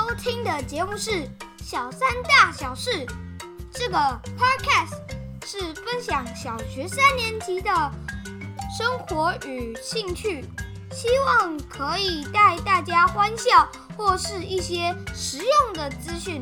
听的节目是《小三大小事》，这个 podcast 是分享小学3年级的生活与兴趣，希望可以带大家欢笑或是一些实用的资讯。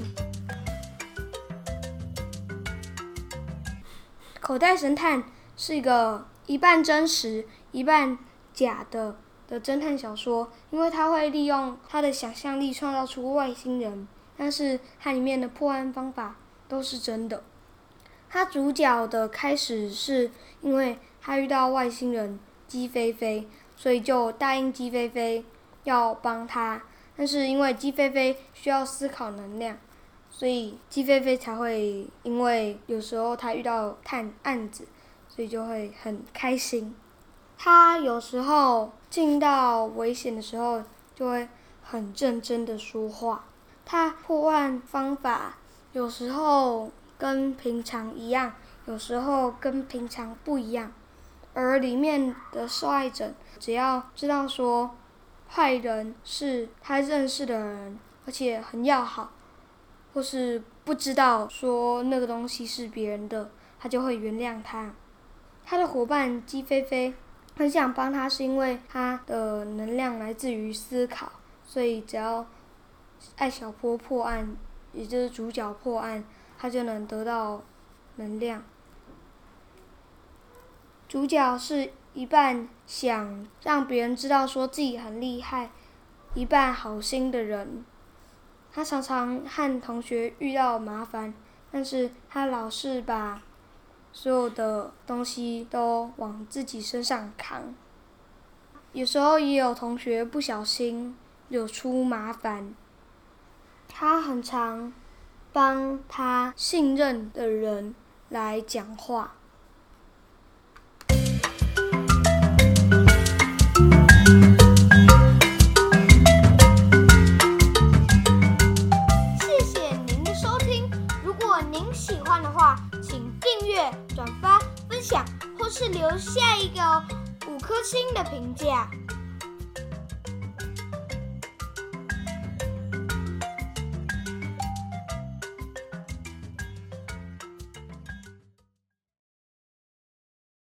口袋神探是一个一半真实一半假的侦探小说，因为它会利用他的想象力创造出外星人，但是它里面的破案方法都是真的。他主角的开始是因为他遇到外星人鸡飞飞，所以就答应鸡飞飞要帮他，但是因为鸡飞飞需要思考能量，所以鸡飞飞才会因为有时候他遇到案子，所以就会很开心。他有时候进到危险的时候就会很认真的说话。他破案方法有时候跟平常一样，有时候跟平常不一样，而里面的受害者只要知道说坏人是他认识的人，而且很要好，或是不知道说那个东西是别人的，他就会原谅他。他的伙伴鸡飞飞很想帮他，是因为他的能量来自于思考，所以只要艾小坡破案，也就是主角破案，他就能得到能量。主角是一半想让别人知道说自己很厉害，一半好心的人。他常常和同学遇到麻烦，但是他老是把所有的东西都往自己身上扛。有时候也有同学不小心有出麻烦，他很常帮他信任的人来讲话。谢谢您的收听，如果您喜欢的话，请订阅、转发、分享，或是留下一个5颗星的评价。